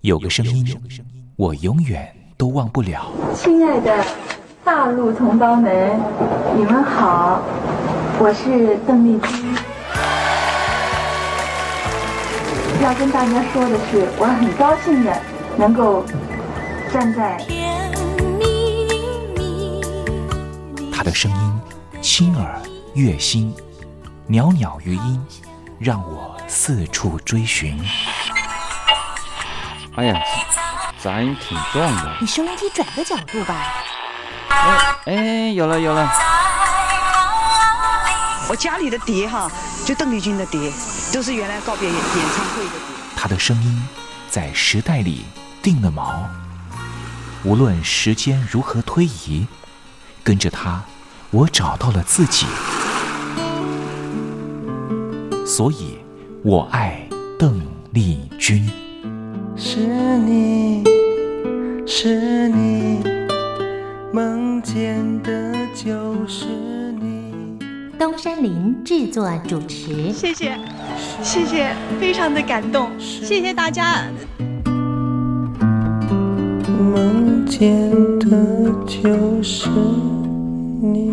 有个声音，我永远都忘不了。 亲爱的大陆同胞们，你们好，我是邓丽君。要跟大家说的是，我很高兴的能够站在她的声音轻耳悦心，袅袅余音，让我四处追寻。 哎呀，杂音挺重的。 你收音机转个角度吧。 哎，有了有了。 我家里的碟哈，就邓丽君的碟，都是原来告别演唱会的碟。 她的声音在时代里定了锚，无论时间如何推移，跟着她，我找到了自己。所以，我爱邓丽君。 是你，是你，梦见的就是你。 东山林制作主持， 谢谢，谢谢，非常的感动，谢谢大家。 梦见的就是你。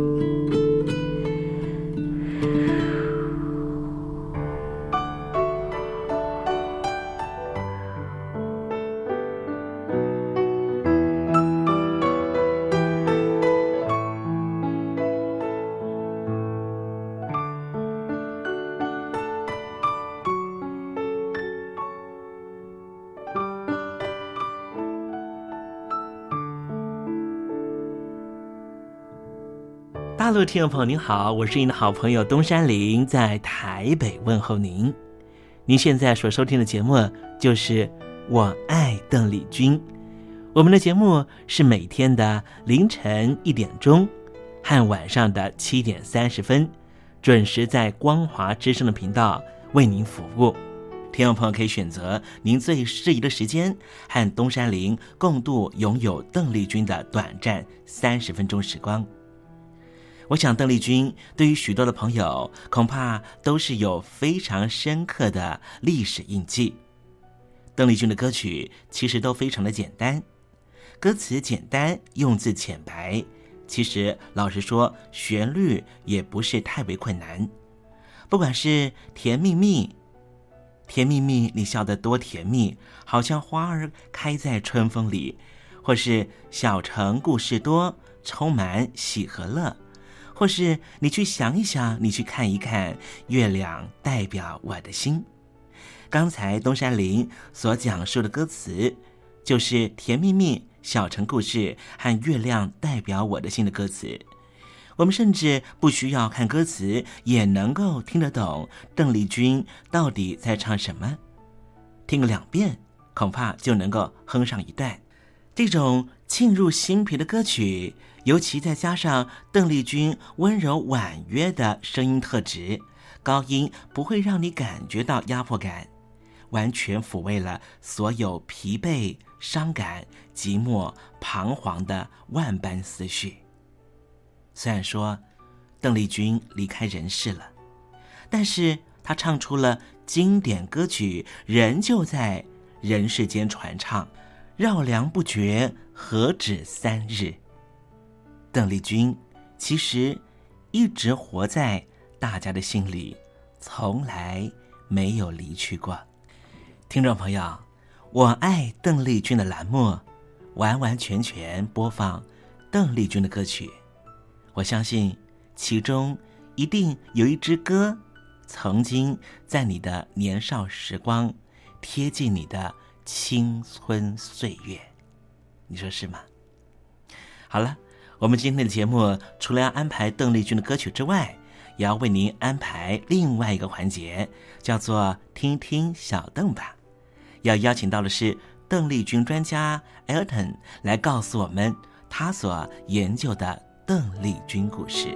大陆听众朋友您好，我是您的好朋友东山林，在台北问候您。您现在所收听的节目就是我爱邓丽君。我们的节目是每天的凌晨1点钟和晚上的7点30分，准时在光华之声的频道为您服务。听众朋友可以选择您最适宜的时间，和东山林共度拥有邓丽君的短暂30分钟时光。我想邓丽君对于许多的朋友恐怕都是有非常深刻的历史印记。邓丽君的歌曲其实都非常的简单，歌词简单，用字浅白，其实老实说旋律也不是太为困难。不管是甜蜜蜜，甜蜜蜜你笑得多甜蜜，好像花儿开在春风里，或是小城故事多，充满喜和乐，或是你去想一想，你去看一看，月亮代表我的心。刚才东山林所讲述的歌词，就是甜蜜蜜、小城故事和月亮代表我的心的歌词。我们甚至不需要看歌词，也能够听得懂邓丽君到底在唱什么。听个2遍，恐怕就能够哼上一段。这种沁入心脾的歌曲，尤其再加上邓丽君温柔婉约的声音特质，高音不会让你感觉到压迫感，完全抚慰了所有疲惫、伤感、寂寞、彷徨的万般思绪。虽然说邓丽君离开人世了，但是她唱出了经典歌曲，仍旧在人世间传唱，绕梁不绝，何止3日。邓丽君其实一直活在大家的心里，从来没有离去过。听众朋友，我爱邓丽君的栏目完完全全播放邓丽君的歌曲，我相信其中一定有一支歌曾经在你的年少时光贴近你的青春岁月，你说是吗？好了，我们今天的节目除了要安排邓丽君的歌曲之外，也要为您安排另外一个环节，叫做听听小邓吧。要邀请到的是邓丽君专家 Elton 来告诉我们他所研究的邓丽君故事。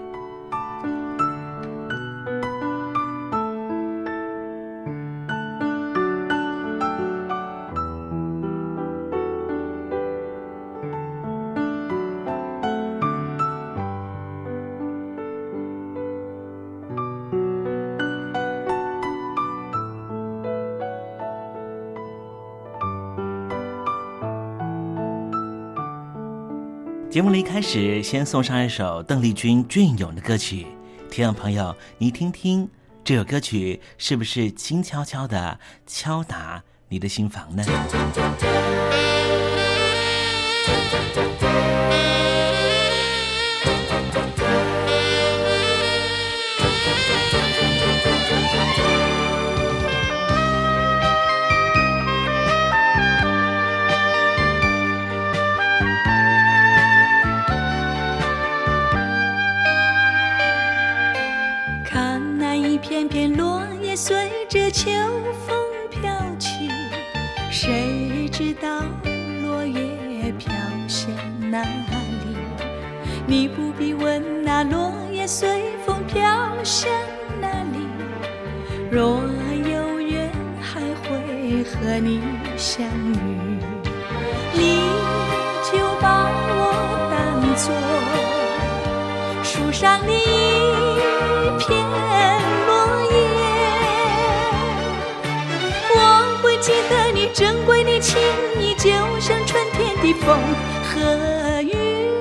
节目的一开始，先送上一首邓丽君隽永的歌曲。听众朋友，你听听这首歌曲是不是轻悄悄地敲打你的心房呢？ 片片落叶随着秋风飘去，谁知道落叶飘向哪里？你不必问那落叶随风飘向哪里，若有缘还会和你相遇，你就把我当作树上的一片记得你珍贵的情谊，就像春天的风和雨，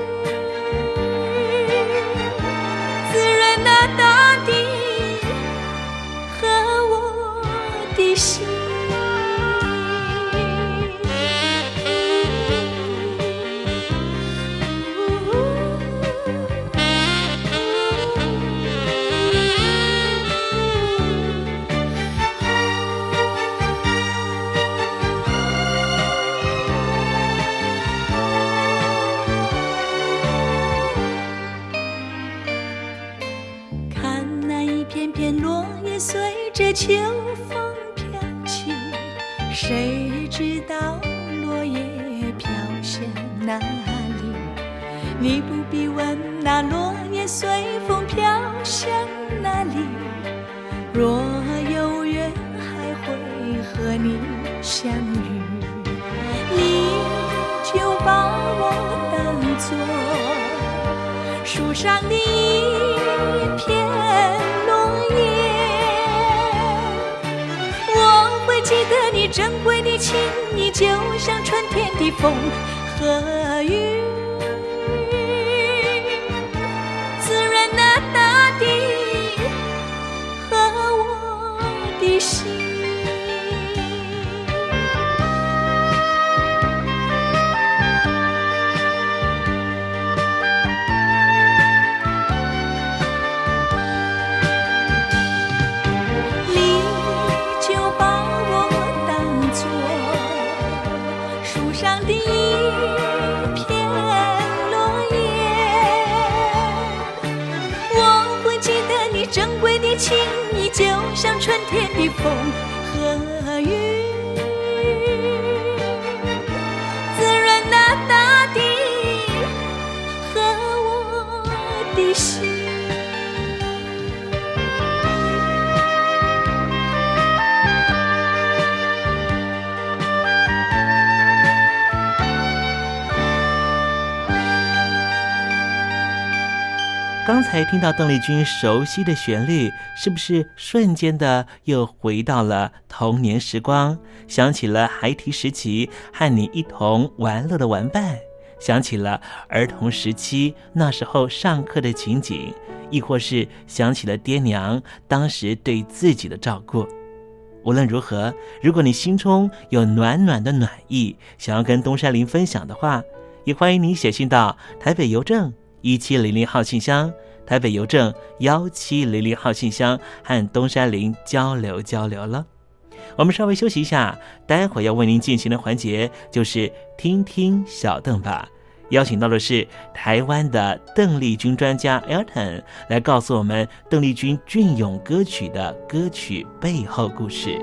滋润那大地和我的心。随着秋风飘去，谁知道落叶飘向哪里？你不必问那落叶随风飘向哪里，若有缘还会和你相遇，你就把我当作树上的一片落叶，记得你珍贵的情谊，就像春天的风和雨，滋润那大地和我的心。情谊就像春天的风和雨，滋润那大地和我的心。 刚才听到邓丽君熟悉的旋律，是不是瞬间的又回到了童年时光，想起了孩提时期和你一同玩乐的玩伴，想起了儿童时期那时候上课的情景，亦或是想起了爹娘当时对自己的照顾。无论如何，如果你心中有暖暖的暖意，想要跟东山林分享的话，也欢迎你写信到台北邮政1700号信箱，台北邮政1700号信箱，和东山林交流了。我们稍微休息一下，待会儿要为您进行的环节就是听听小邓吧。邀请到的是台湾的邓丽君专家 Elton 来告诉我们邓丽君隽永歌曲的歌曲背后故事。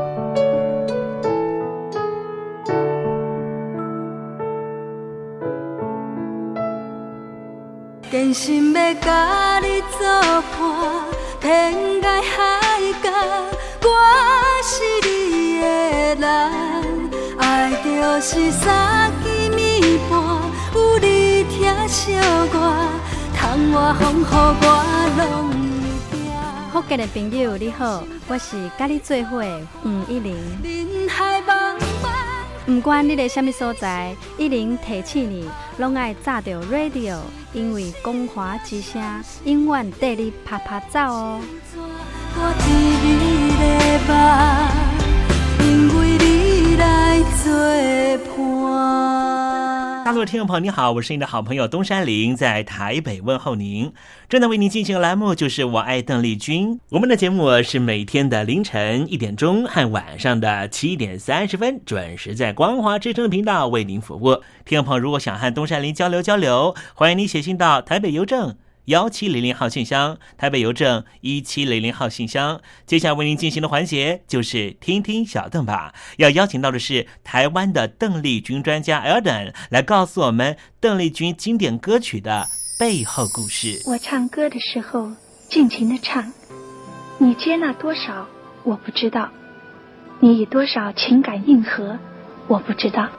真心要甲你作伴，天涯海角，我是你的人，爱就是三更暝半，有你疼惜我，窗外风雨我拢会听。福建的朋友你好，我是甲你做伙黄一玲。人海茫茫， 不管你在什么所在，10提醒你，拢爱炸着 radio， 因为光华之声永远带你啪啪走哦。我伫你的吧，因为你来作伴。 大陆的听众朋友你好，我是你的好朋友东山林，在台北问候您。正在为您进行的栏目就是我爱邓丽君，我们的节目是每天的凌晨1点钟和晚上的7点30分准时在光华之声的频道为您服务。听众朋友如果想和东山林交流，欢迎你写信到台北邮政1700号信箱，台北邮政1700号信箱。接下来为您进行的环节就是听听小邓吧，要邀请到的是台湾的邓丽君专家 Elden 来告诉我们邓丽君经典歌曲的背后故事。 我唱歌的时候尽情地唱，你接纳多少我不知道，你以多少情感应和我不知道。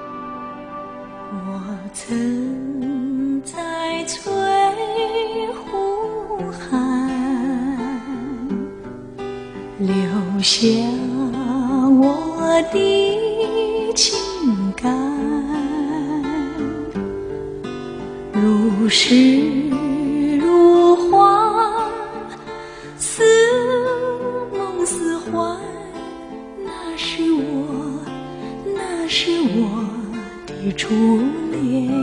我曾在翠湖畔留下我的情感，如诗如画，似梦似幻，那是我的初恋。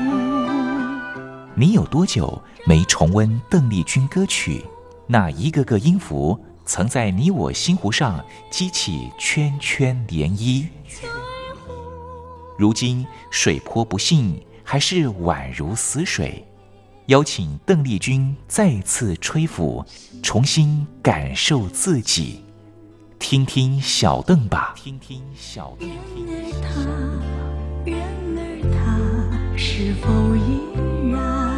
你有多久没重温邓丽君歌曲？那一个个音符曾在你我心湖上激起圈圈涟漪。如今水波不兴，还是宛如死水。邀请邓丽君再次吹拂，重新感受自己。听听小邓吧，听听小邓。 然而他是否依然？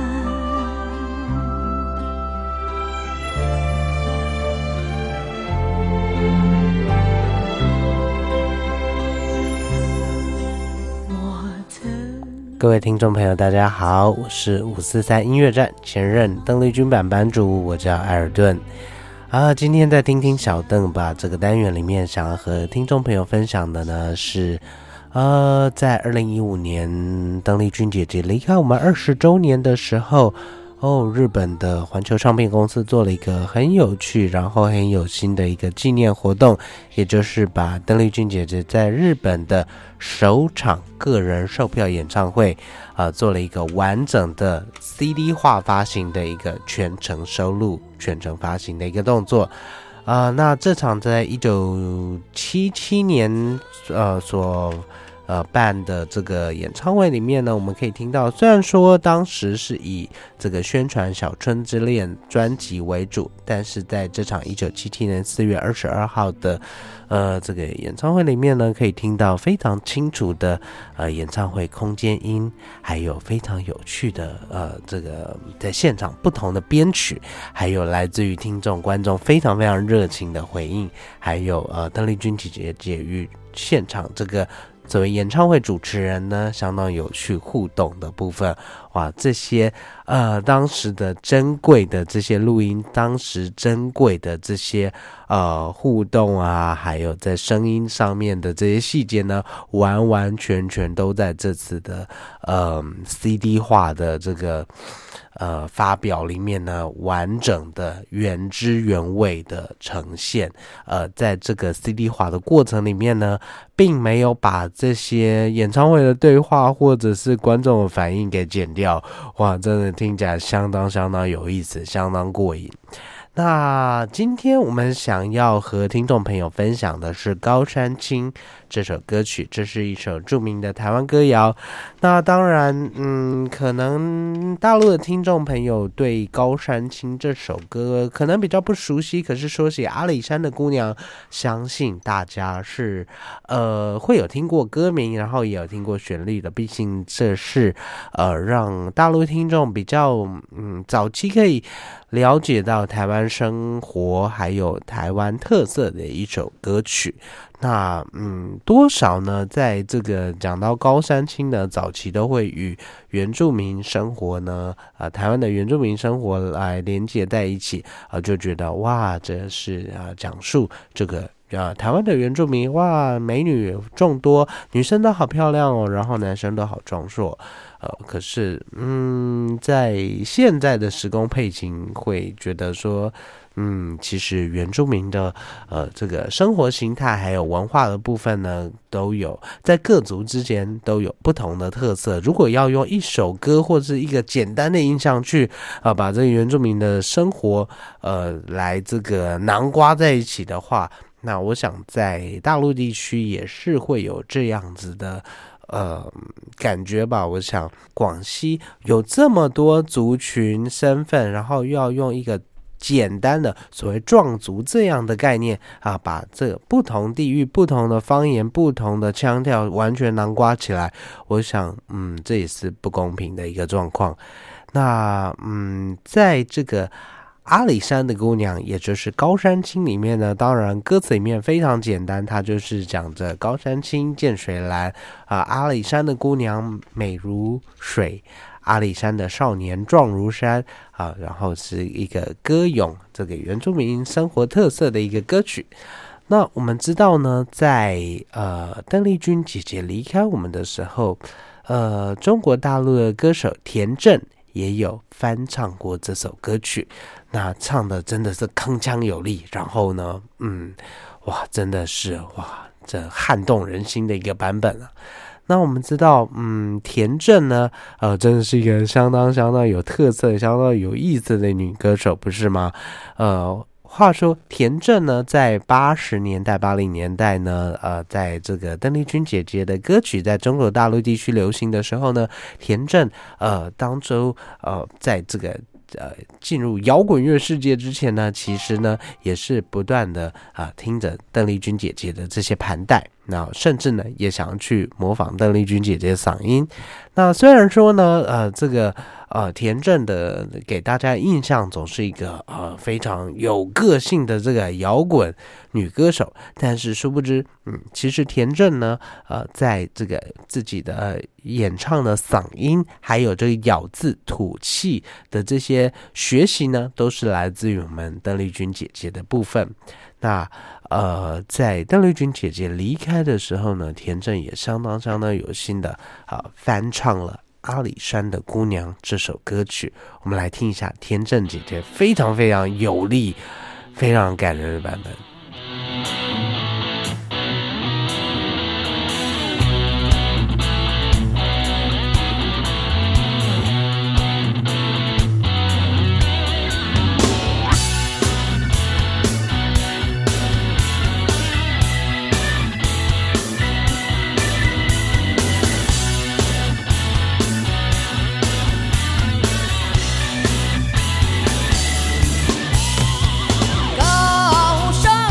各位听众朋友大家好，我是543音乐站前任邓丽君版版主，我叫艾尔顿今天在听听小邓吧这个单元里面，想要和听众朋友分享的呢是在2015年邓丽君姐姐离开我们20周年的时候，日本的环球唱片公司做了一个很有趣然后很有心的一个纪念活动，也就是把邓丽君姐姐在日本的首场个人售票演唱会做了一个完整的 CD 化发行的一个全程收录全程发行的一个动作那这场在1977年所办的这个演唱会里面呢，我们可以听到，虽然说当时是以这个宣传《小春之恋》专辑为主，但是在这场1977年4月22号的这个演唱会里面呢，可以听到非常清楚的演唱会空间音，还有非常有趣的这个在现场不同的编曲，还有来自于听众观众非常非常热情的回应，还有邓丽君姐姐与现场这个作为演唱会主持人呢相当有趣互动的部分，哇，这些当时的珍贵的这些录音，当时珍贵的这些互动还有在声音上面的这些细节呢，完完全全都在这次的CD 化的这个发表里面呢，完整的原汁原味的呈现。在这个 CD 化的过程里面呢，并没有把这些演唱会的对话或者是观众的反应给剪掉，哇，真的听起来相当有意思，相当过瘾。那今天我们想要和听众朋友分享的是《高山青》这首歌曲，这是一首著名的台湾歌谣。那当然可能大陆的听众朋友对《高山青》这首歌可能比较不熟悉，可是说起阿里山的姑娘，相信大家是会有听过歌名，然后也有听过旋律的，毕竟这是让大陆听众比较早期可以了解到台湾生活还有台湾特色的一首歌曲。那多少呢，在这个讲到高山青呢，早期都会与原住民生活呢台湾的原住民生活来连接在一起就觉得哇，这是讲述这个台湾的原住民哇，美女众多，女生都好漂亮哦，然后男生都好壮硕。可是在现在的时空背景会觉得说，其实原住民的这个生活形态还有文化的部分呢，都有在各族之间都有不同的特色。如果要用一首歌或是一个简单的印象去把这个原住民的生活来这个囊括在一起的话，那我想在大陆地区也是会有这样子的感觉吧。我想广西有这么多族群身份，然后又要用一个简单的所谓壮族这样的概念把这个不同地域、不同的方言、不同的腔调完全囊括起来，我想这也是不公平的一个状况。那在这个阿里山的姑娘，也就是高山青里面呢，当然歌词里面非常简单，它就是讲着高山青见水蓝阿里山的姑娘美如水，阿里山的少年壮如山然后是一个歌咏这个原住民生活特色的一个歌曲。那我们知道呢，在邓丽君姐姐离开我们的时候，中国大陆的歌手田震也有翻唱过这首歌曲，那唱的真的是铿锵有力，然后呢哇，真的是哇，这撼动人心的一个版本啊。那我们知道田震呢真的是一个相当有特色、相当有意思的女歌手，不是吗？话说田震呢，在80年代、80年代呢，在这个邓丽君姐姐的歌曲在中国大陆地区流行的时候呢，田震当初在这个进入摇滚乐世界之前呢，其实呢也是不断的听着邓丽君姐姐的这些盘带，那甚至呢也想要去模仿邓丽君姐姐的嗓音。那虽然说呢这个田震的给大家印象总是一个非常有个性的这个摇滚女歌手，但是殊不知其实田震呢在这个自己的演唱的嗓音还有这个咬字吐气的这些学习呢，都是来自于我们邓丽君姐姐的部分。那在邓丽君姐姐离开的时候呢，田震也相当有心的翻唱了阿里山的姑娘这首歌曲。我们来听一下田震姐姐非常有力、非常感人的版本。 高山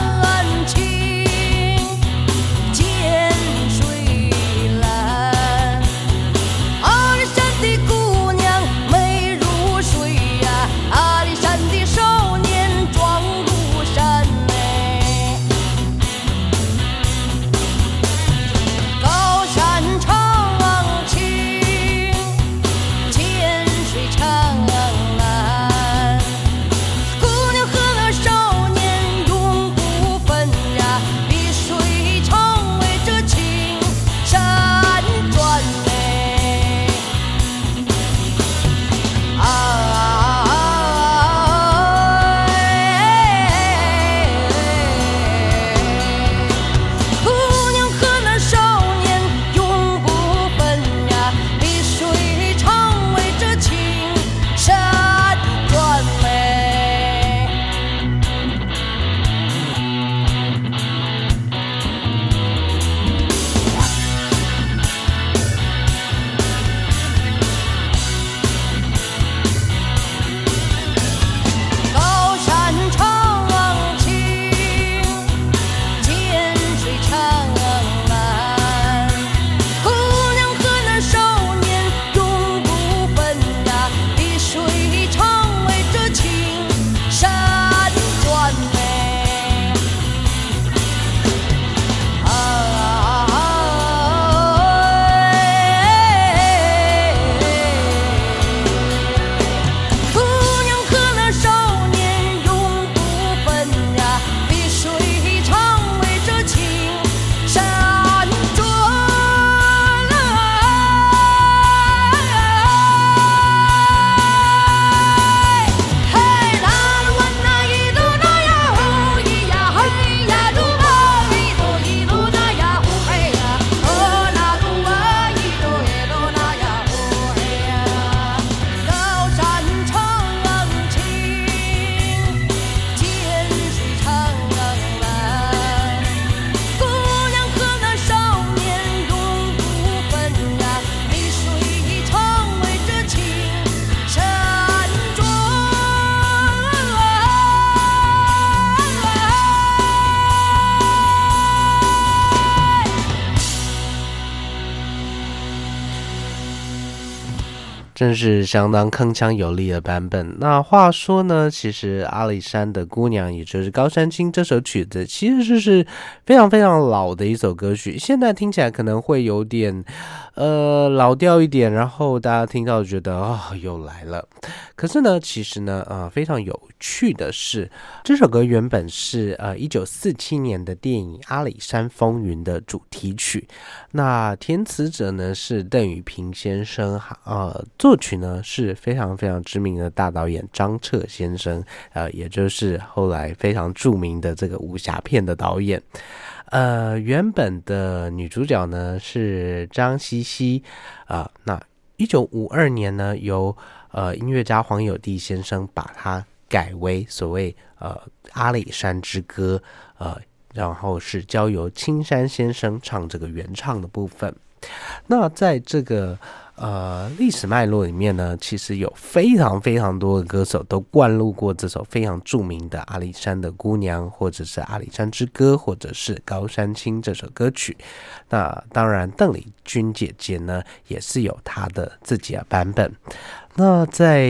真是相当铿锵有力的版本。那话说呢，其实阿里山的姑娘，也就是高山青这首曲子，其实是非常非常老的一首歌曲，现在听起来可能会有点老调一点，然后大家听到觉得又来了。可是呢，其实呢非常有趣的是，这首歌原本是1947年的电影《阿里山风云》的主题曲，那填词者呢是邓雨平先生，作曲呢是非常非常知名的大导演张彻先生，也就是后来非常著名的这个武侠片的导演。原本的女主角呢是张茜茜，那1952年呢由音乐家黄友地先生把它改为所谓阿里山之歌，然后是交由青山先生唱这个原唱的部分。那在这个历史脉络里面呢，其实有非常非常多的歌手都灌录过这首非常著名的阿里山的姑娘，或者是阿里山之歌，或者是高山青这首歌曲。那当然邓丽君姐姐呢也是有她的自己的版本。那在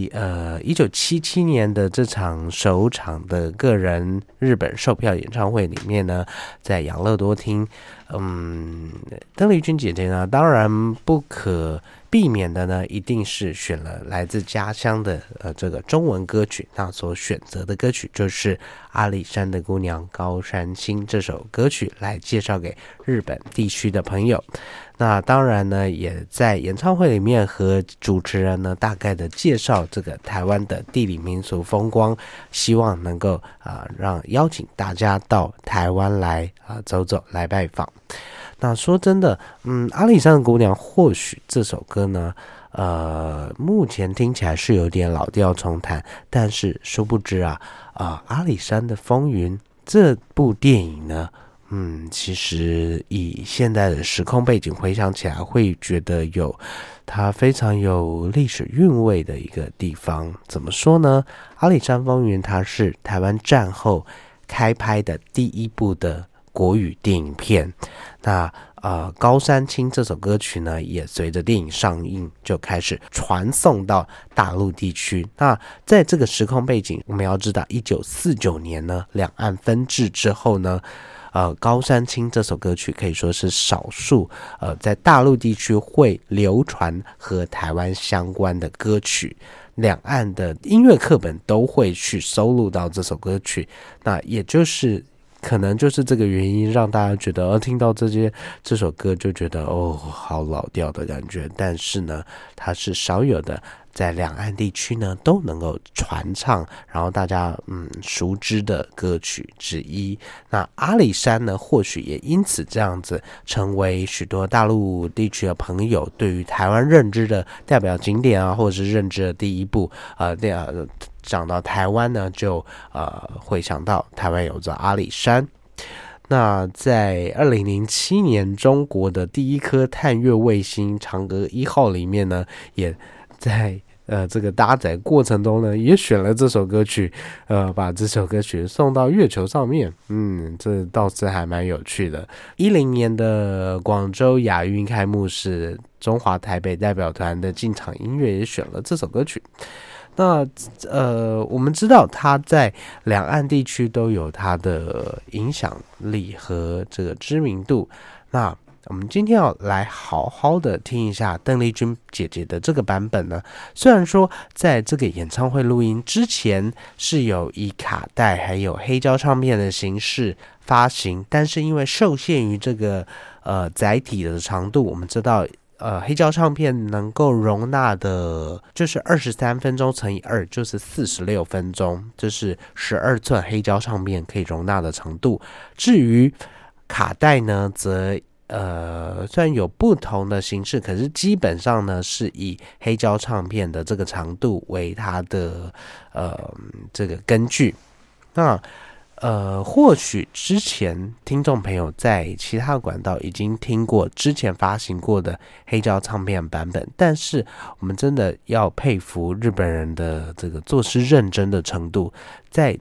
1977年的这场首场的个人日本售票演唱会里面呢，在养乐多厅，邓丽君姐姐呢当然不可避免的呢，一定是选了来自家乡的这个中文歌曲。那所选择的歌曲就是阿里山的姑娘高山青这首歌曲，来介绍给日本地区的朋友。那当然呢，也在演唱会里面和主持人呢大概的介绍这个台湾的地理民俗风光，希望能够邀请大家到台湾来走走，来拜访。那说真的，阿里山的姑娘或许这首歌呢目前听起来是有点老调重弹，但是殊不知阿里山的风云这部电影呢，其实以现在的时空背景回想起来，会觉得有它非常有历史韵味的一个地方。怎么说呢？阿里山风云它是台湾战后开拍的第一部的国语电影片。那高山青这首歌曲呢，也随着电影上映就开始传送到大陆地区。那在这个时空背景，我们要知道1949年呢两岸分治之后呢，高山青这首歌曲可以说是少数在大陆地区会流传和台湾相关的歌曲，两岸的音乐课本都会去收录到这首歌曲。那也就是可能就是这个原因，让大家觉得听到这首歌就觉得好老调的感觉。但是呢，它是少有的在两岸地区呢都能够传唱，然后大家熟知的歌曲之一。那阿里山呢，或许也因此这样子成为许多大陆地区的朋友对于台湾认知的代表景点或者是认知的第一步。讲到台湾呢，就会想到台湾有着阿里山。那在2007年中国的第一颗探月卫星嫦娥1号里面呢，也在这个搭载过程中呢，也选了这首歌曲，把这首歌曲送到月球上面。这倒是还蛮有趣的。10年的广州亚运开幕式，中华台北代表团的进场音乐也选了这首歌曲。那我们知道它在两岸地区都有它的影响力和这个知名度。那我们今天要来好好的听一下邓丽君姐姐的这个版本呢。虽然说在这个演唱会录音之前是有以卡带还有黑胶唱片的形式发行，但是因为受限于这个载体的长度，我们知道黑胶唱片能够容纳的就是23分钟乘以2，就是46分钟，这是12寸黑胶唱片可以容纳的长度。至于卡带呢，则虽然有不同的形式，可是基本上呢是以黑胶唱片的这个长度为它的这个根据。那或许之前听众朋友在其他管道已经听过之前发行过的黑胶唱片版本，但是我们真的要佩服日本人的这个作诗认真的程度。在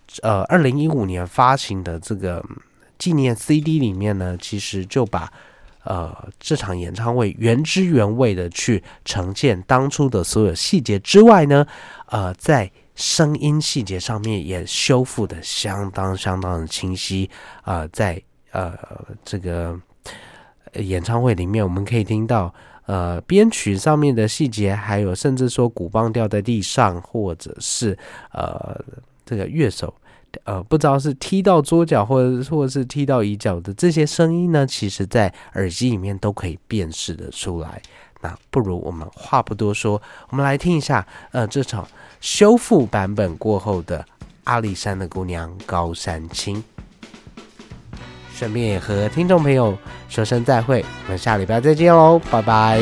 2015年发行的这个纪念 CD 里面呢，其实就把这场演唱会原汁原味的去呈现当初的所有细节之外呢，在声音细节上面也修复的相当的清晰。在这个演唱会里面，我们可以听到编曲上面的细节，还有甚至说鼓棒掉在地上，或者是这个乐手不知道是踢到桌角或者是踢到椅角的这些声音呢，其实在耳机里面都可以辨识的出来。那不如我们话不多说，我们来听一下这场修复版本过后的阿里山的姑娘高山青，顺便也和听众朋友说声再会，我们下礼拜再见喽，拜拜。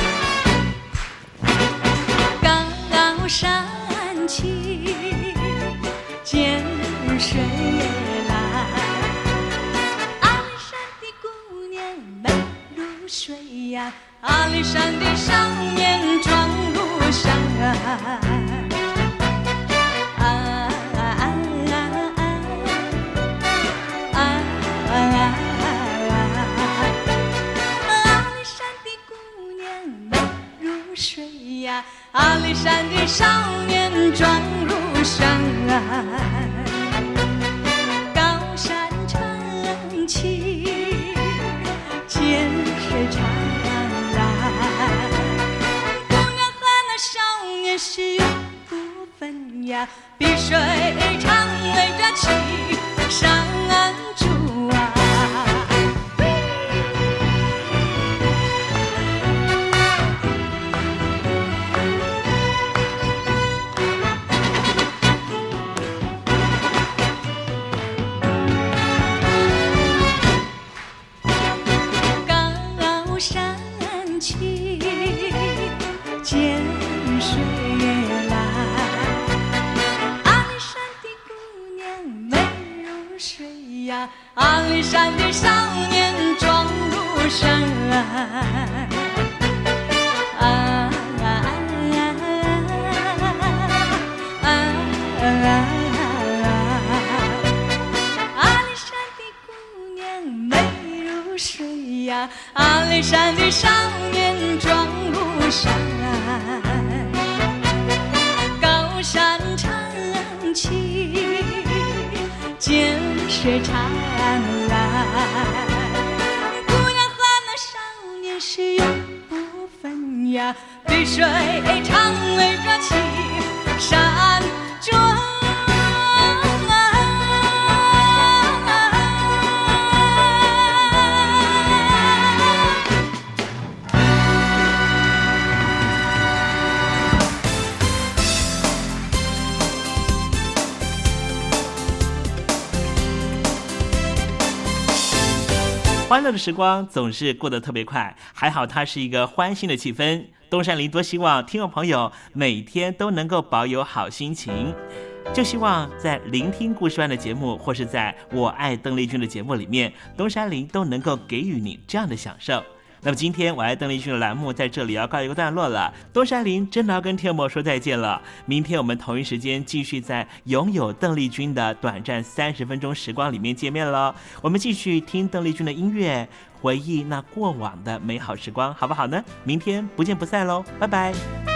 高山青见水来，阿里山的姑娘美如水呀，阿里山的少年壮如山。阿里山的少年壮如山，高山澄清见水长蓝，姑娘和那少年是永不分呀，碧水长围着青山住啊。阿里山的少年壮如山，阿里山的姑娘美如水呀，阿里山的少年壮如山，高山澄清见水长蓝，姑娘和那少年是永不分呀，碧水长围着青山转。 欢乐的时光总是过得特别快，还好它是一个欢欣的气氛。东山林多希望听众朋友每天都能够保有好心情，就希望在聆听故事湾的节目，或是在我爱邓丽君的节目里面，东山林都能够给予你这样的享受。那么今天我爱邓丽君的栏目在这里要告一个段落了，东山林真的要跟天友说再见了。明天我们同一时间继续在拥有邓丽君的短暂30分钟时光里面见面了。我们继续听邓丽君的音乐，回忆那过往的美好时光，好不好呢？明天不见不散喽，拜拜。